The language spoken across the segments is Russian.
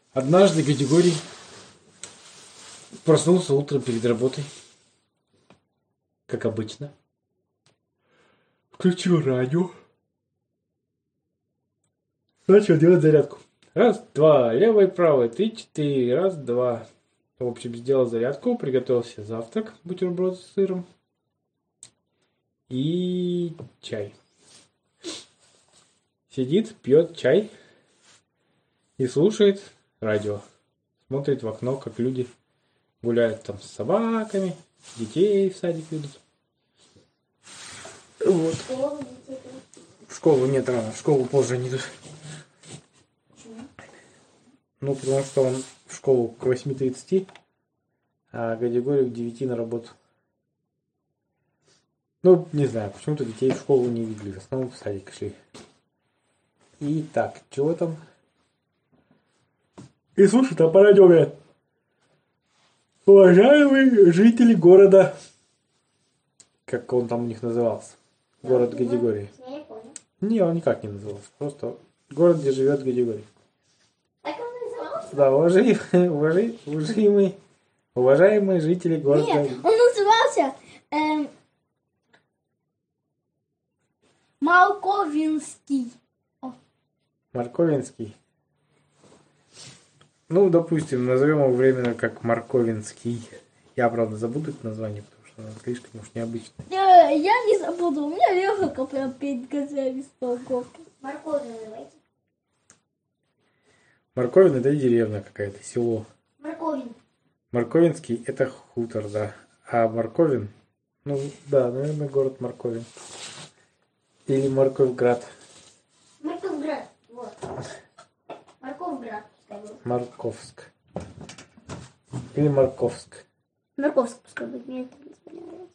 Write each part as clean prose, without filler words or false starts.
Однажды Григорий проснулся утром перед работой, как обычно. Включил радио. Начал делать зарядку. Раз, два, левый, правый, 3, 4, раз, два. В общем, сделал зарядку, приготовил себе завтрак, бутерброд с сыром и чай. Сидит, пьет чай и слушает радио. Смотрит в окно, как люди гуляют там с собаками, детей в садик ведут. Вот. В школу нет рано, в школу позже они идут. Ну, потому что он в школу к 8:30, а Григорий к 9 на работу. Ну, не знаю, почему-то детей в школу не видели, в основном в садик шли. И так, чего там? И слушай, там по радио говорят: уважаемые жители города, как он там у них назывался, город Григорий. Я не понял. Не, он никак не назывался, просто город, где живет Григорий. Так он назывался? Да, уважаемые жители города. Нет, он назывался Малковинский. Марковинский. Ну, допустим, назовем его временно как Марковинский. Я, правда, забуду это название, потому что оно слишком уж необычное. Я не забуду, у меня легко прям перед глазами столковки. Морковь называйте. Марковин — это деревня какая-то, село. Морковин. Марковинский — это хутор, да. А Марковин, ну да, наверное, город Марковин. Или Морковград. Морковград, вот. Морковград. Марковск. Или Марковск. Морковск, пускай будет, мне это не нравится.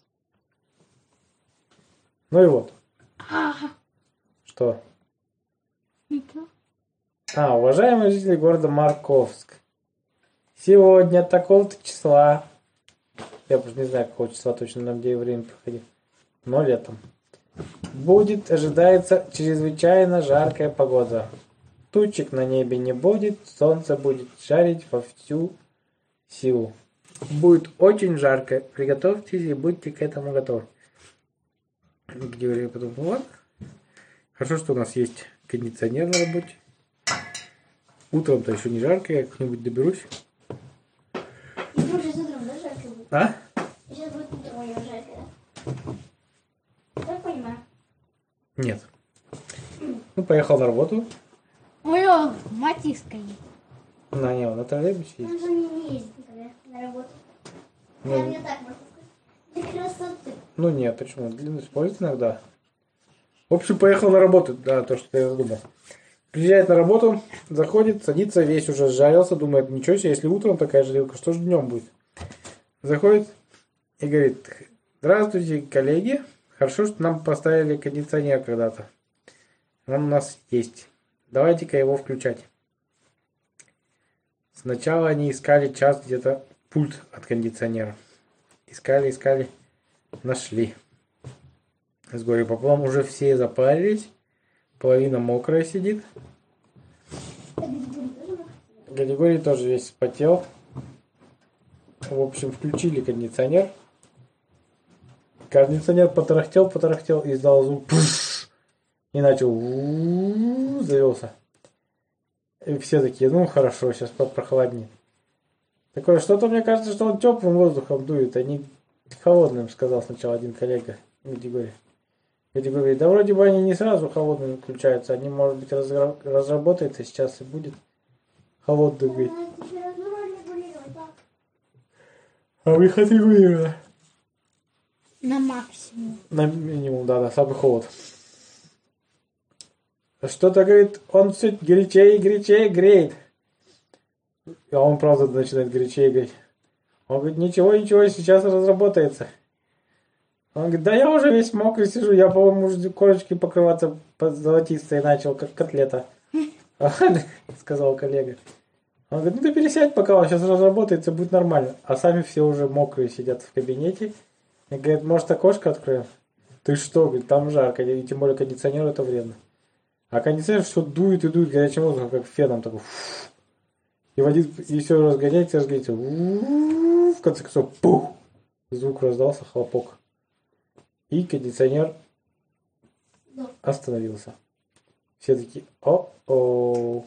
Ну и вот. Ага. Что? Ничего. Уважаемые жители города Марковск. Сегодня такого-то числа. Я просто не знаю, какого числа точно, на где время проходит. Но летом. Ожидается чрезвычайно жаркая погода. Тучек на небе не будет, солнце будет жарить во всю силу. Будет очень жарко. Приготовьтесь и будьте к этому готовы. Григорий подумал: вот. Хорошо, что у нас есть кондиционер на работе. Утром-то еще не жарко, я как-нибудь доберусь. Сейчас утром, да, жарко будет? А? Сейчас будет утром у него жарко, да? Я понимаю. Нет. Ну, поехал на работу. У него матиска есть. На него на троллейбусе Он ездит. же не ездит никогда на работу. Ну, Я мне так могу сказать. Для красоты. ну нет, почему? Длинный использует иногда. В общем, поехал на работу. Да, то, что я задумал. Приезжает на работу, заходит, садится, весь уже сжарился, думает: ничего себе, если утром такая жарилка, что же днем будет? Заходит и говорит: здравствуйте, коллеги. Хорошо, что нам поставили кондиционер когда-то. Он у нас есть. Давайте-ка его включать. Сначала они искали час где-то пульт от кондиционера. Искали, нашли. С горем пополам уже все запарились. Половина мокрая сидит. Григорий тоже весь вспотел. В общем, включили кондиционер. Кондиционер потарахтел и издал звук. И начал завелся. И все такие: ну хорошо, сейчас прохладнее. Такое, что-то мне кажется, что он теплым воздухом дует, а не холодным, сказал сначала один коллега Григорий. Григорий говорит: да вроде бы они не сразу холодными включаются, они, может быть, разработаются, сейчас и будет холодный, говорит. А у них отрегулировано. На максимум. На минимум, да, самый холод. Что-то, говорит, он все горячее и горячее греет. А он, правда, начинает горячее греть. Он говорит: ничего, сейчас разработается. Он говорит: да я уже весь мокрый сижу, я, по-моему, уже корочки покрываться золотистой начал, как котлета. Сказал коллега. Он говорит: ну ты пересядь пока, он сейчас разработается, будет нормально. А сами все уже мокрые сидят в кабинете. И говорит: может, окошко откроем? Ты что, говорит, там жарко, и тем более кондиционер — это вредно. А кондиционер что дует и дует горячим воздухом, как феном такой. И все разгоняется. В конце концов, пух! Звук раздался, хлопок. И кондиционер остановился. Все такие, о-о.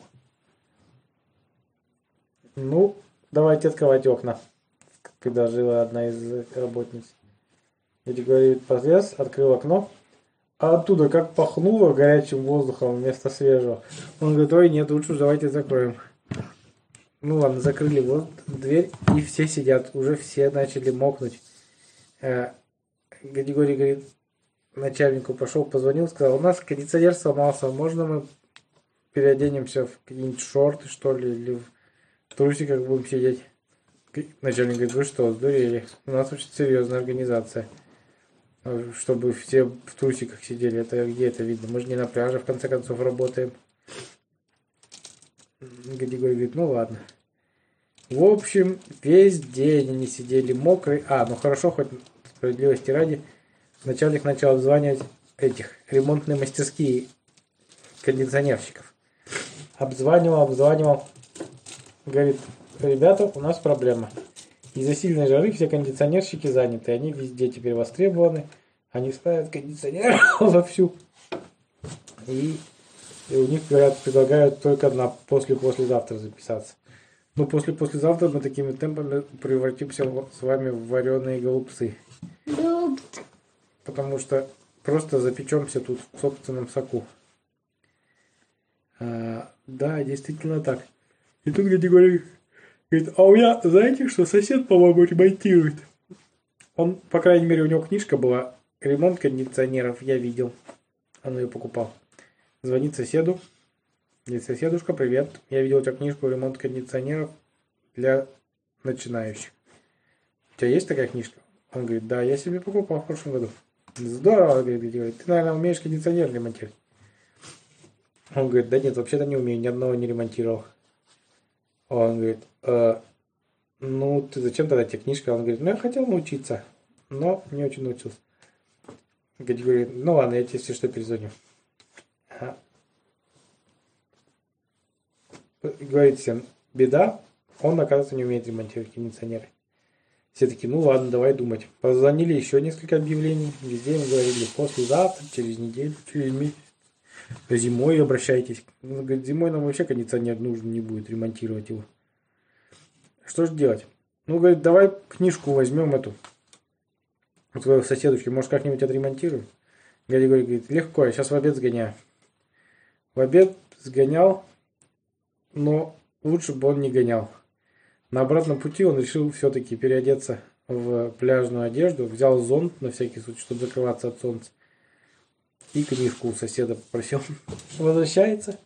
Ну, давайте открывать окна. Когда жила одна из работниц. Эти говорит, полез, открыл окно. А оттуда как пахнуло горячим воздухом вместо свежего. Он говорит, ой, нет, лучше давайте закроем. Ну ладно, закрыли вот дверь, и все сидят. Уже все начали мокнуть. Григорий говорит, начальнику пошел, позвонил, сказал, у нас кондиционер сломался, можно мы переоденемся в какие-нибудь шорты, что ли, или в трусиках будем сидеть? Начальник говорит, вы что, сдурели? У нас очень серьезная организация. Чтобы все в трусиках сидели. Это где это видно? Мы же не на пляже, в конце концов, работаем. Григорий говорит, ну ладно. В общем, весь день они сидели мокрые. Ну хорошо, хоть справедливости ради. Начальник начал обзванивать этих ремонтные мастерские кондиционерщиков. Обзванивал. Говорит, ребята, у нас проблема. Из-за сильной жары все кондиционерщики заняты. Они везде теперь востребованы. Они ставят кондиционер вовсю. И у них, говорят, предлагают только на послезавтра записаться. Но послезавтра мы такими темпами превратимся с вами в вареные голубцы. Потому что просто запечемся тут в собственном соку. Да, действительно так. И тут Григорий говорит, а у меня, знаете, что сосед, по-моему, ремонтирует. Он, по крайней мере, у него книжка была «Ремонт кондиционеров», я видел. Он ее покупал. Звонит соседу. Говорит, соседушка, привет. Я видел у тебя книжку «Ремонт кондиционеров для начинающих». У тебя есть такая книжка? Он говорит, да, я себе покупал в прошлом году. Здорово, говорит, ты, наверное, умеешь кондиционер ремонтировать. Он говорит, да нет, вообще-то не умею, ни одного не ремонтировал. Он говорит, ну, ты зачем тогда тебе книжка? Он говорит, ну, я хотел научиться, но не очень научился. Говорит, ну ладно, я тебе, если что, перезвоню. Говорит всем, беда, он, оказывается, не умеет ремонтировать кондиционеры. Все такие, ну ладно, давай думать. Позвонили еще несколько объявлений, везде им говорили, послезавтра, через неделю, через месяц. Зимой обращайтесь. Он говорит, зимой нам вообще кондиционер нужен не будет, ремонтировать его. Что же делать? Ну, говорит, давай книжку возьмем эту. У твоего соседушки, может, как-нибудь отремонтируем? Григорий говорит, легко, я сейчас в обед сгоняю. В обед сгонял, но лучше бы он не гонял. На обратном пути он решил все-таки переодеться в пляжную одежду, взял зонт на всякий случай, чтобы закрываться от солнца. И книжку у соседа попросил. Возвращается.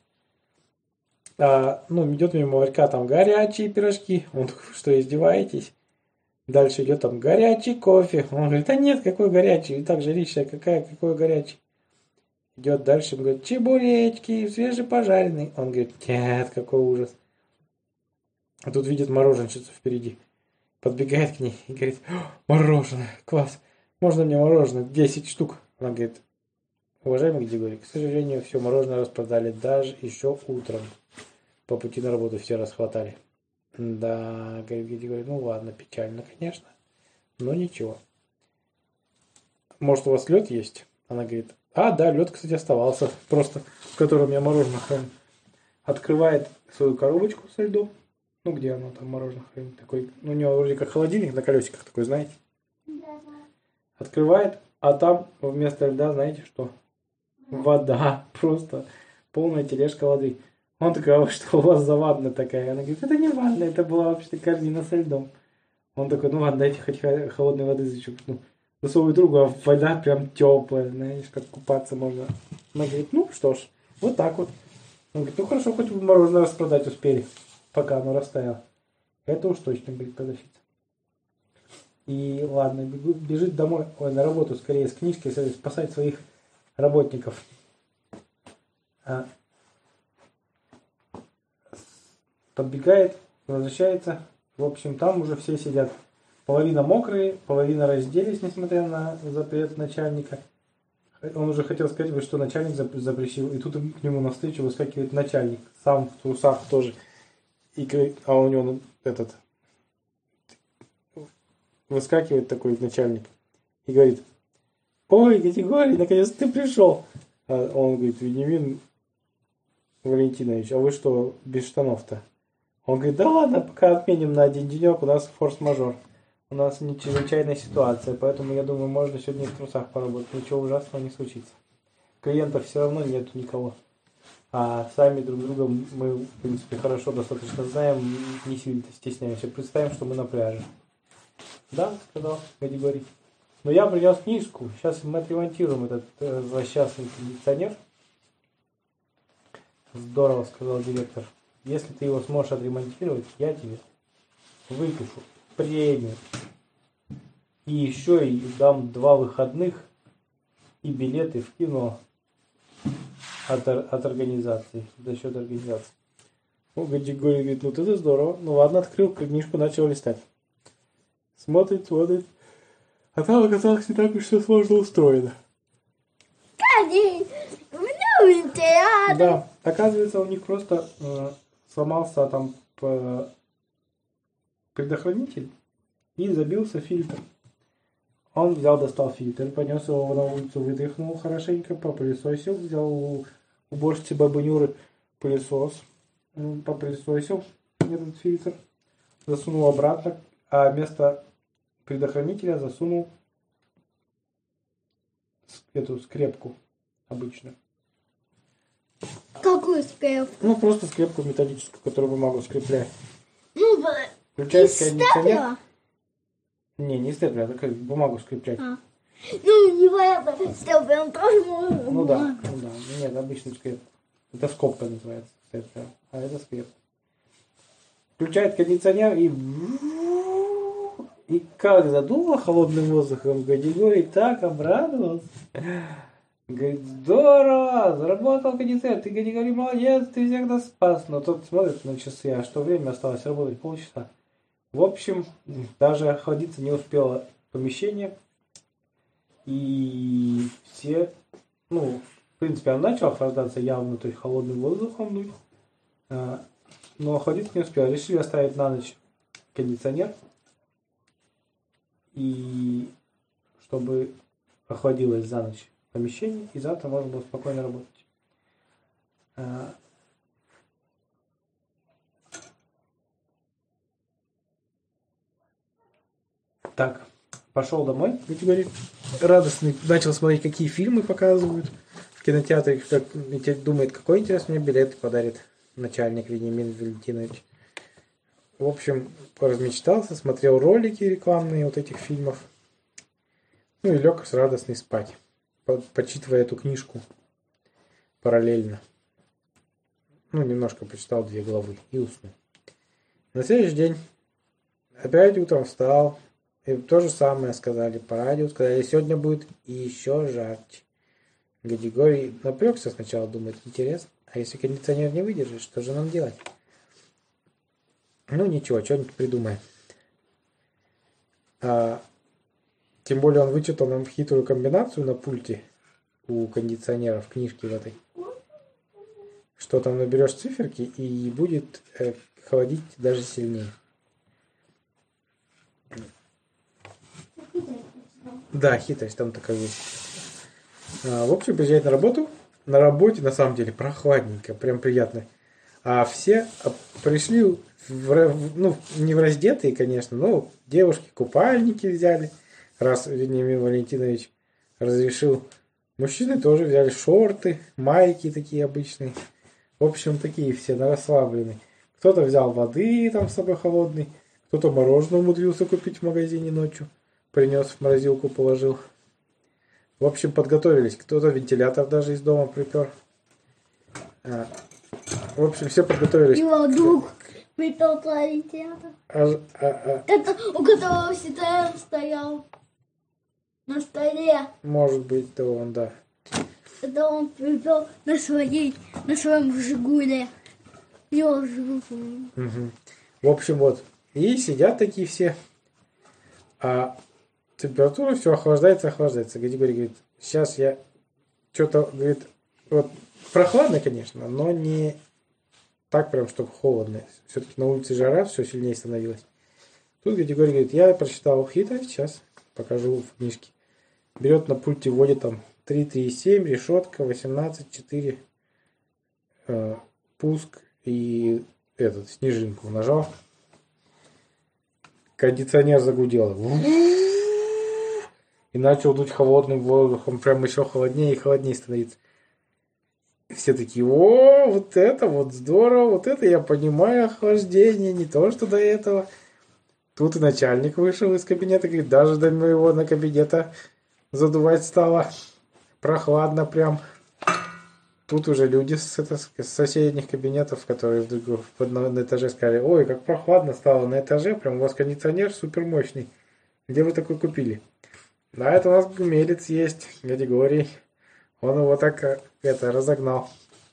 Идет мимо ларька, там горячие пирожки. Он такой, что издеваетесь? Дальше идет там горячий кофе. Он говорит, да нет, какой горячий? И так жарища, какой горячий? Идет дальше, он говорит, чебуречки, свежепожаренные. Он говорит, нет, какой ужас. А тут видит мороженщицу впереди. Подбегает к ней и говорит, мороженое, класс. Можно мне мороженое? 10 штук. Она говорит, уважаемый Григорий, к сожалению, все мороженое распродали даже еще утром. По пути на работу все расхватали. Да, говорит Григорий, ну ладно, печально, конечно, но ничего. Может, у вас лед есть? Она говорит, да, лед, кстати, оставался, просто в котором я мороженое храню. Открывает свою коробочку со льдом. Ну, где оно там, мороженое хранит? Такой, у него вроде как холодильник на колесиках такой, знаете? Да. Открывает, а там вместо льда, знаете что? Вода, просто полная тележка воды. Он такой, а что у вас за ванна такая? Она говорит, это не ванна, это была вообще-то корзина со льдом. Он такой, ну ладно, дайте хоть холодной воды зачерпну. Засовывает руку, а вода прям теплая, знаешь, как купаться можно. Она говорит, ну что ж, вот так вот. Он говорит, ну хорошо, хоть вы мороженое распродать успели, пока оно растаяло. Это уж точно будет продавщица. И ладно, бежит домой, на работу скорее с книжкой, спасать своих работников. Подбегает, возвращается. В общем, там уже все сидят. Половина мокрые, половина разделись, несмотря на запрет начальника. Он уже хотел сказать, вы что, начальник запрещил. И тут к нему навстречу выскакивает начальник. Сам в трусах тоже. а у него этот выскакивает такой начальник и говорит: ой, Григорий, наконец ты пришел. А он говорит: Вениамин Валентинович, а вы что, без штанов-то? Он говорит: да ладно, пока отменим на один денек, у нас форс-мажор. У нас не чрезвычайная ситуация, поэтому я думаю, можно сегодня в трусах поработать. Ничего ужасного не случится. Клиентов все равно нету никого. А сами друг друга мы, в принципе, хорошо достаточно знаем, не сильно стесняемся. Представим, что мы на пляже. Да, сказал Григорий. Но я принес книжку. Сейчас мы отремонтируем этот злосчастный кондиционер. Здорово, сказал директор. Если ты его сможешь отремонтировать, я тебе выпишу премию. И еще и дам 2 выходных и билеты в кино от организации, за счет организации. Ну, Григорий говорит: ну это здорово. Ну ладно, открыл книжку, начал листать. Смотрит. А там оказалось не так уж все сложно устроено. Да, оказывается, у них просто сломался там предохранитель и забился фильтр. Он достал фильтр, понес его на улицу, вытряхнул хорошенько, попылесосил, взял у уборщицы бабы Нюры пылесос, попылесосил этот фильтр, засунул обратно, а вместо предохранителя засунул эту скрепку обычную. Какую скрепку? Ну, просто скрепку металлическую, которую бумагу скрепляет. Ну, Включается кондиционер. Не степлер, а как бумагу скреплять. Ну, не понятно, степлер, он тоже может. Ну да. Нет, обычный скреп. Это скобка называется, степлер, а это скреп. Включает кондиционер и как задуло холодным воздухом, Григорий так обрадовался. Говорит: здорово, заработал кондиционер, ты, Григорий, молодец, ты всех нас спас. Но тот смотрит на часы, а что время осталось работать? Полчаса. В общем, даже охладиться не успело помещение. И все, в принципе, он начал охлаждаться явно, то есть холодным воздухом дуть. Но охладиться не успел. Решили оставить на ночь кондиционер. И чтобы охладилось за ночь помещение, и завтра можно было спокойно работать. Так, пошел домой, говорит, радостный, начал смотреть, какие фильмы показывают в кинотеатре, как думает, какой интересный мне билет подарит начальник Вениамин Валентинович. В общем, размечтался, смотрел ролики рекламные вот этих фильмов. Ну и лег с радостный спать, почитывая эту книжку параллельно. Немножко почитал 2 главы и уснул. На следующий день опять утром встал. И то же самое сказали по радио. Сказали, сегодня будет еще жарче. Григорий напрягся сначала, думает, интересно, а если кондиционер не выдержит, что же нам делать? Ничего, что-нибудь придумаем. Тем более он вычитал нам хитрую комбинацию на пульте у кондиционера в книжке в этой. Что там наберешь циферки и будет холодить даже сильнее. Да, хитрость там такая есть. В общем, приезжает на работу. На работе, на самом деле, прохладненько, прям приятно. А все пришли, не в раздетые, конечно, но девушки купальники взяли, раз Вениамин Валентинович разрешил. Мужчины тоже взяли шорты, майки такие обычные. В общем, такие все расслабленные. Кто-то взял воды там с собой холодной, кто-то мороженое умудрился купить в магазине ночью. Принес в морозилку, положил. В общем, подготовились. Кто-то вентилятор даже из дома припер. В общем, все подготовились. Его друг припер вентилятор. Это у которого всегда стоял на столе. Может быть, это он, да. Это он припер на своем Жигуле. Его Жигуле. Угу. В общем, вот. И сидят такие все. Температура все охлаждается. Григорий говорит, сейчас я что-то, говорит, вот прохладно, конечно, но не так прям, чтобы холодно. Все-таки на улице жара все сильнее становилась. Тут Григорий говорит, я прочитал хитрость, сейчас покажу в книжке. Берет на пульте, вводит там 3.3.7, решетка, 18.4, пуск и снежинку нажал. Кондиционер загудел. И начал дуть холодным воздухом, прям еще холоднее и холоднее становится. И все такие, о, вот это вот здорово, вот это я понимаю охлаждение, не то, что до этого. Тут и начальник вышел из кабинета, говорит, даже до моего на кабинета задувать стало. Прохладно прям. Тут уже люди с соседних кабинетов, которые в одном этаже сказали, ой, как прохладно стало на этаже, прям у вас кондиционер супер мощный. Где вы такой купили? Да, это у нас гумелец есть, Григорий. Он его так разогнал.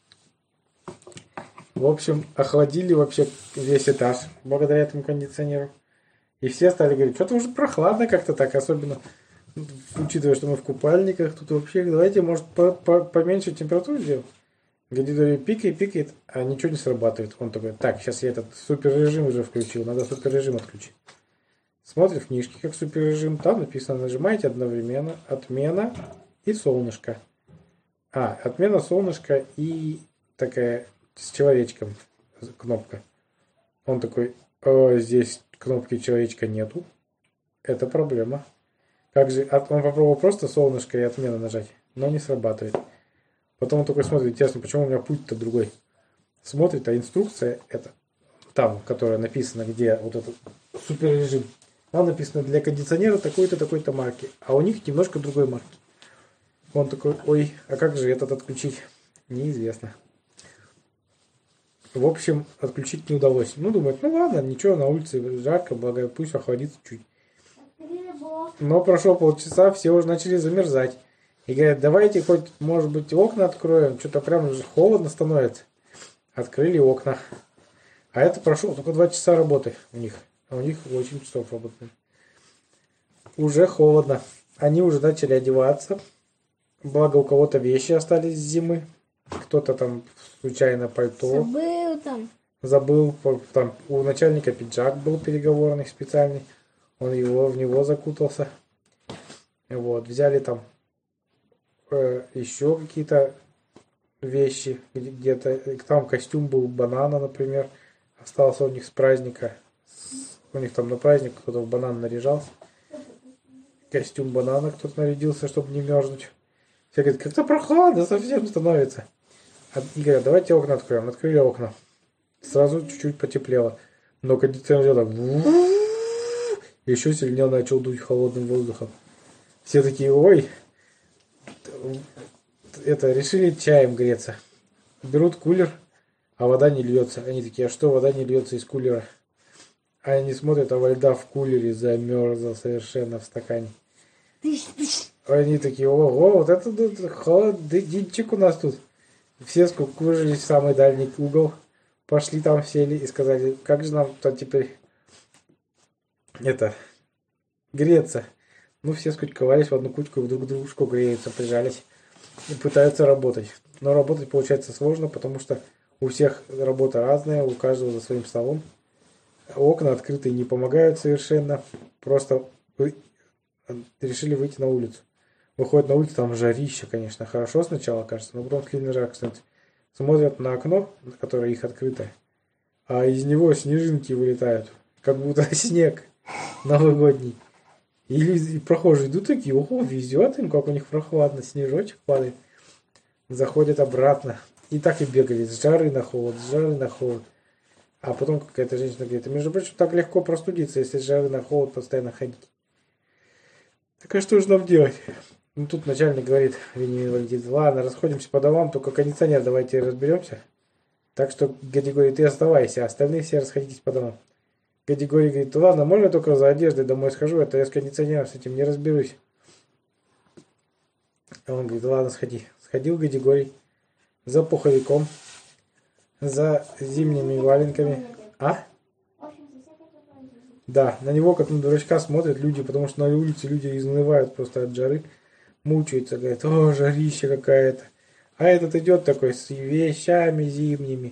В общем, охладили вообще весь этаж благодаря этому кондиционеру. И все стали говорить, что-то уже прохладно как-то так, особенно учитывая, что мы в купальниках, тут вообще, давайте, может, поменьше температуру сделаем. Григорий пикает, а ничего не срабатывает. Он такой, так, сейчас я этот суперрежим уже включил, надо суперрежим отключить. Смотрит в книжке, как суперрежим, там написано, нажимаете одновременно отмена и солнышко. Отмена, солнышко и такая с человечком кнопка. Он такой, здесь кнопки человечка нету. Это проблема. Как же, он попробовал просто солнышко и отмена нажать, но не срабатывает. Потом он такой смотрит, интересно, почему у меня путь-то другой. Смотрит, а инструкция это там, которая написана, где вот этот суперрежим. Там написано для кондиционера такой-то, такой-то марки. А у них немножко другой марки. Он такой, ой, а как же этот отключить? Неизвестно. В общем, отключить не удалось. Ну, думает, ну ладно, ничего, на улице жарко, благо, пусть охладится чуть. Но прошло полчаса, все уже начали замерзать. И говорят, давайте хоть, может быть, окна откроем. Что-то прям уже холодно становится. Открыли окна. А это прошло только 2 часа работы у них. А у них 8 часов работы. Уже холодно. Они уже начали одеваться. Благо у кого-то вещи остались с зимы. Кто-то там случайно пальто. Забыл там у начальника пиджак был переговорный специальный. Он в него закутался. Вот, взяли там еще какие-то вещи где-то. Там костюм был банана, например. Остался у них с праздника. У них там на праздник кто-то в банан наряжался. Костюм банана кто-то нарядился, чтобы не мерзнуть. Все говорят, как-то прохладно совсем становится. И говорят, давайте окна откроем. Открыли окна. Сразу чуть-чуть потеплело. Но кондиционер так еще сильнее начал дуть холодным воздухом. Все такие, ой, решили чаем греться. Берут кулер, а вода не льется. Они такие, а что, вода не льется из кулера? А они смотрят, а льда в кулере замерзла совершенно в стакане. Они такие, ого, вот это холодильничек у нас тут. Все скукужились в самый дальний угол. Пошли там, сели и сказали, как же нам-то теперь греться. Ну, все скучковались в одну кучку, друг к дружку греются, прижались и пытаются работать. Но работать получается сложно, потому что у всех работа разная, у каждого за своим столом. Окна открытые не помогают совершенно. Просто решили выйти на улицу. Выходят на улицу, там жарище, конечно. Хорошо сначала, кажется, но потом сильно жарко становится. Смотрят на окно, которое их открыто, а из него снежинки вылетают, как будто снег новогодний. И прохожие идут такие, ого, везет им, как у них прохладно, снежочек падает. Заходят обратно. И так и бегали с жары на холод, с жары на холод. А потом какая-то женщина говорит, между прочим, так легко простудиться, если с жары на холод постоянно ходить. Так а что же нам делать? Ну тут начальник говорит, Вениамин Валентинович, ладно, расходимся по домам, только кондиционер давайте разберемся. Так что, Григорий, ты оставайся, а остальные все расходитесь по домам. Григорий говорит, ну ладно, можно я только за одеждой домой схожу, а то я с кондиционером с этим не разберусь. А он говорит, ладно, сходи. Сходил Григорий за пуховиком, за зимними валенками. Да, на него как на дурачка смотрят люди, потому что на улице люди изнывают просто от жары. Мучаются, говорят, о, жарища какая-то. А этот идет такой с вещами зимними,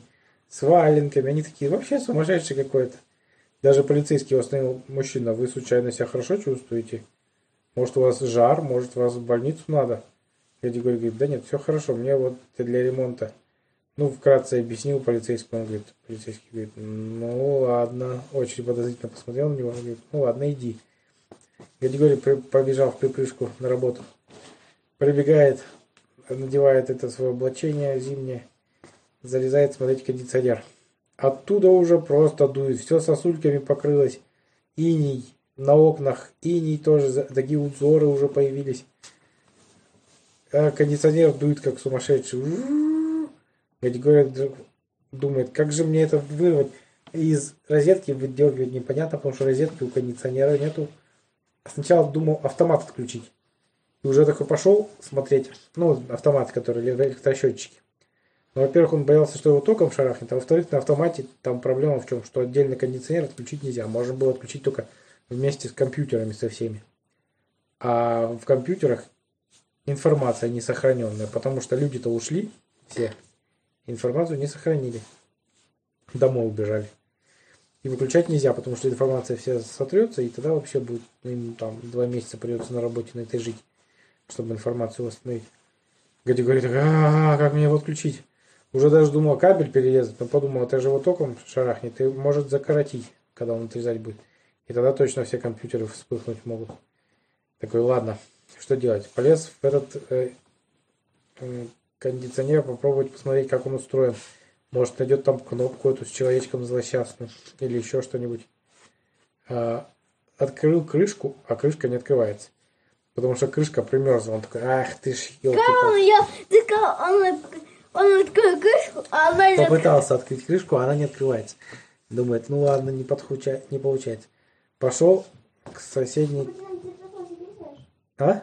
с валенками. Они такие, вообще сумасшедший какой-то. Даже полицейский остановил: мужчина, вы случайно себя хорошо чувствуете? Может, у вас жар, может, вас в больницу надо? Эдди говорит, да нет, все хорошо, мне вот для ремонта. Ну, вкратце объяснил полицейскому. Он говорит, полицейский говорит, ну ладно. Очень подозрительно посмотрел на него. Он говорит, ну ладно, иди. Григорий побежал в припрыжку на работу. Прибегает, надевает это свое облачение зимнее, залезает смотреть кондиционер. Оттуда уже просто дует. Все сосульками покрылось. Иней на окнах. Иней тоже. Такие узоры уже появились. А кондиционер дует как сумасшедший. Григорий думает, как же мне это вырвать. Из розетки выдергивать непонятно, потому что розетки у кондиционера нету. Сначала думал автомат отключить. И уже такой пошел смотреть. Ну, автомат, который электросчетчики. Но, во-первых, он боялся, что его током шарахнет, а во-вторых, на автомате там проблема в чем, что отдельно кондиционер отключить нельзя. Можно было отключить только вместе с компьютерами со всеми. А в компьютерах информация не сохраненная, потому что люди-то ушли все, информацию не сохранили. Домой убежали. И выключать нельзя, потому что информация вся сотрется, и тогда вообще будет, ну, там, 2 месяца придется на работе на этой жить, чтобы информацию восстановить. Гади говорит, как мне его отключить? Уже даже думал кабель перерезать, но подумал, это же его током шарахнет и может закоротить, когда он отрезать будет. И тогда точно все компьютеры вспыхнуть могут. Такой, ладно, что делать? Полез в этот кондиционер, попробовать посмотреть, как он устроен. Может, найдет там кнопку эту с человечком злосчастным или еще что-нибудь. Открыл крышку, а крышка не открывается. Потому что крышка примерзла. Он такой, ах ты ж, Он открыл крышку, а она не попытался открыть крышку, а она не открывается. Думает, ну ладно, не получается. Пошел к соседней... А?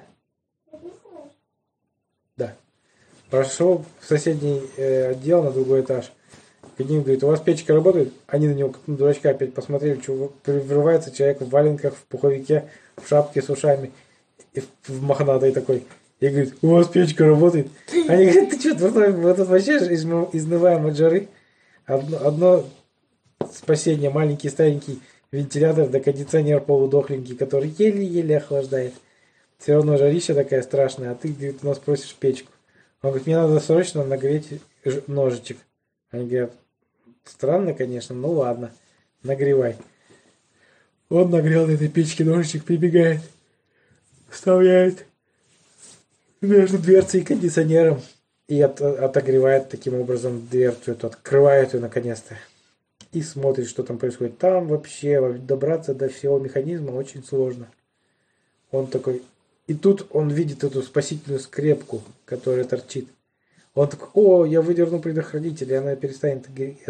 Да. Пошел в соседний отдел на другой этаж. К ним говорит, у вас печка работает? Они на него, как на дурачка, опять посмотрели, что врывается человек в валенках, в пуховике, в шапке с ушами, и в мохнатой такой. И говорит, у вас печка работает? Они говорят, ты что, мы тут вообще изнываем от жары. Одно спасение, маленький старенький вентилятор, да кондиционер полудохленький, который еле-еле охлаждает. Все равно жарища такая страшная, а ты, говорит, у нас просишь печку. Он говорит, мне надо срочно нагреть ножичек. Они говорят, странно, конечно, ну ладно, нагревай. Он нагрел на этой печке ножичек, прибегает, вставляет между дверцей и кондиционером и отогревает таким образом дверцу эту, открывает ее наконец-то и смотрит, что там происходит. Там вообще добраться до всего механизма очень сложно. Он такой, и тут он видит эту спасительную скрепку, которая торчит. Он такой, о, я выдерну предохранитель, и она перестанет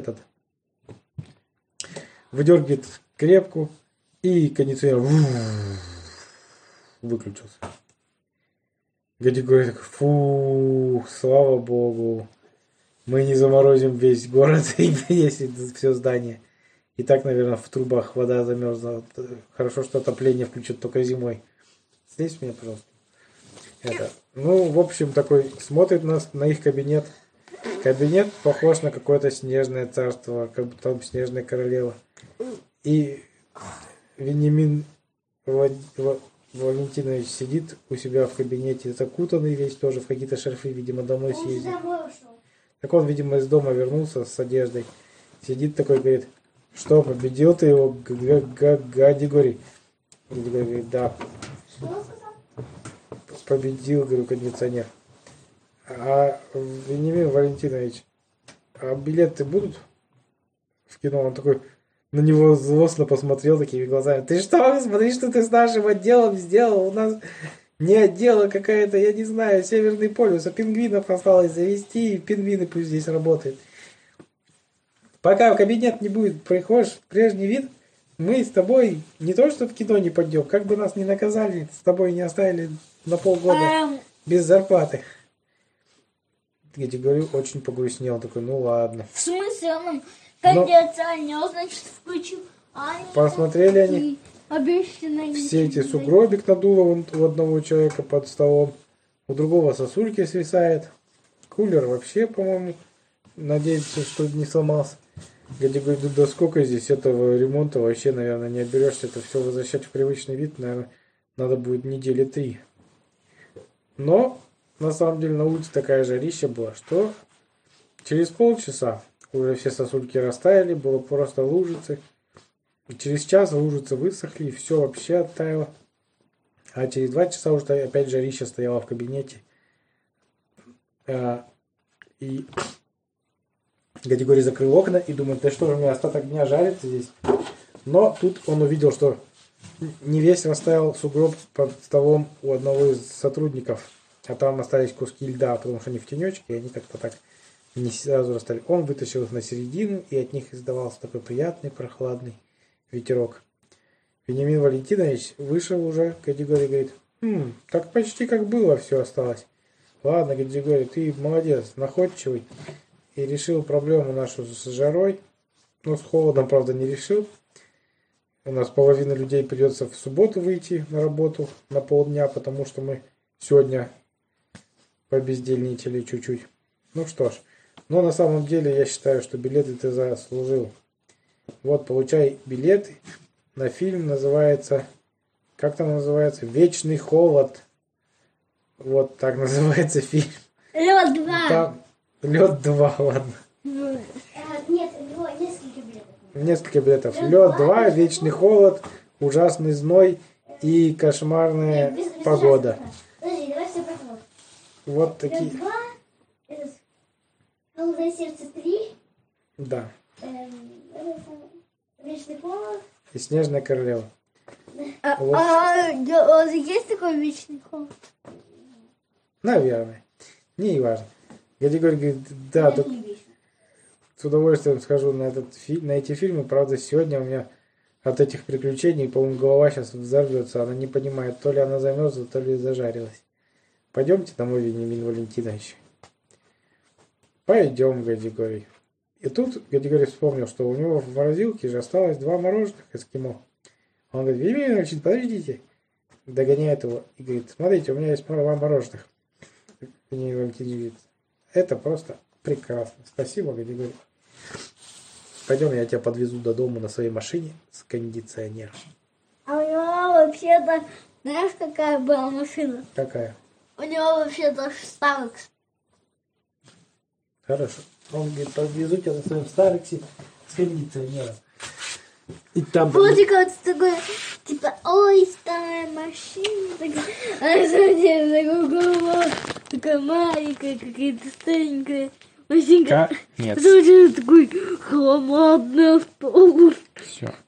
выдергивает скрепку, и кондиционер выключился. Гади говорит, фу, слава богу, мы не заморозим весь город и весь все здание. И так, наверное, в трубах вода замерзла. Хорошо, что отопление включат только зимой. Здесь меня, пожалуйста. Ну, в общем, такой смотрит на их кабинет. Кабинет похож на какое-то снежное царство, как будто там снежная королева. И Вениамин Валентинович сидит у себя в кабинете, закутанный весь тоже в какие-то шарфы, видимо, домой съездил. Так он, видимо, из дома вернулся с одеждой. Сидит такой, говорит, что, победил ты его, Гади говорит, да. Победил, говорю, кондиционер. А Вениамин Валентинович, а билеты будут в кино? Он такой на него злостно посмотрел такими глазами. Ты что, смотри, что ты с нашим отделом сделал? У нас не отдела какая-то, я не знаю, Северный полюс, а пингвинов осталось завести, и пингвины пусть здесь работают. Пока в кабинет не будет, приходишь в прежний вид, мы с тобой не то что в кино не пойдем, как бы нас ни наказали, с тобой не оставили на полгода без зарплаты. Я тебе говорю, очень погрустнел. Такой, ну ладно. В смысле, он кондиционер, значит, включил. Посмотрели они. Обещанные. Все эти сугробик надуло у одного человека под столом. У другого сосульки свисает. Кулер вообще, по-моему, надеется, что не сломался. Я говорю, да сколько здесь этого ремонта вообще, наверное, не оберешься. Это все возвращать в привычный вид, наверное, надо будет недели 3. Но, на самом деле, на улице такая жарища была, что через полчаса уже все сосульки растаяли, было просто лужицы. И через час лужицы высохли, и все вообще оттаяло. А через 2 часа уже опять жарища стояла в кабинете. И Гадигорий закрыл окна и думает, да что же у меня остаток дня жарится здесь. Но тут он увидел, что не весь растаял сугроб под столом у одного из сотрудников. А там остались куски льда, потому что они в тенечке, и они как-то так не сразу растаяли. Он вытащил их на середину, и от них издавался такой приятный, прохладный ветерок. Вениамин Валентинович вышел уже, Гадигорий говорит, так почти как было все осталось. Ладно, Гадигорий, ты молодец, находчивый. И решил проблему нашу с жарой. Ну, с холодом, правда, не решил. У нас половина людей придется в субботу выйти на работу на полдня, потому что мы сегодня побездельничали чуть-чуть. Ну что ж. Но на самом деле я считаю, что билеты ты заслужил. Вот, получай билеты на фильм, называется... Как там называется? «Вечный холод». Вот так называется фильм. Лед 2. Там... Лед 2, ладно. Нет, несколько билетов. Несколько билетов. Лед 2, вечный холод, ужасный зной и кошмарная погода. Подожди, давай все проход. Вот такие. Лед 2, Холодное сердце 3, Да. Вечный холод. И снежная королева. Вот. Есть такой вечный холод? Наверное. Не важно. Гадигорий говорит, да, тут с удовольствием схожу на эти фильмы. Правда, сегодня у меня от этих приключений, по-моему, голова сейчас взорвется. Она не понимает, то ли она замерзла, то ли зажарилась. Пойдемте домой, Вениамин Валентинович. Пойдем, Гадигорий. И тут Гадигорий вспомнил, что у него в морозилке же осталось 2 мороженых эскимо. Он говорит, Вениамин Валентинович, подождите. Догоняет его и говорит, смотрите, у меня есть 2 мороженых. Вениамин Валентинович говорит, это просто прекрасно. Спасибо, Гадигорий. Пойдем, я тебя подвезу до дома на своей машине с кондиционером. А у него вообще-то, знаешь, какая была машина? Какая? У него вообще-то Старекс. Хорошо. Он говорит, подвезу тебя на своем Старексе с кондиционером. И там... Вроде как такой, типа, ой, старая машина. Такая, а на самом деле такая голова, такая маленькая, какая-то старенькая. Очень Нет. такой хромадный автобус. Все.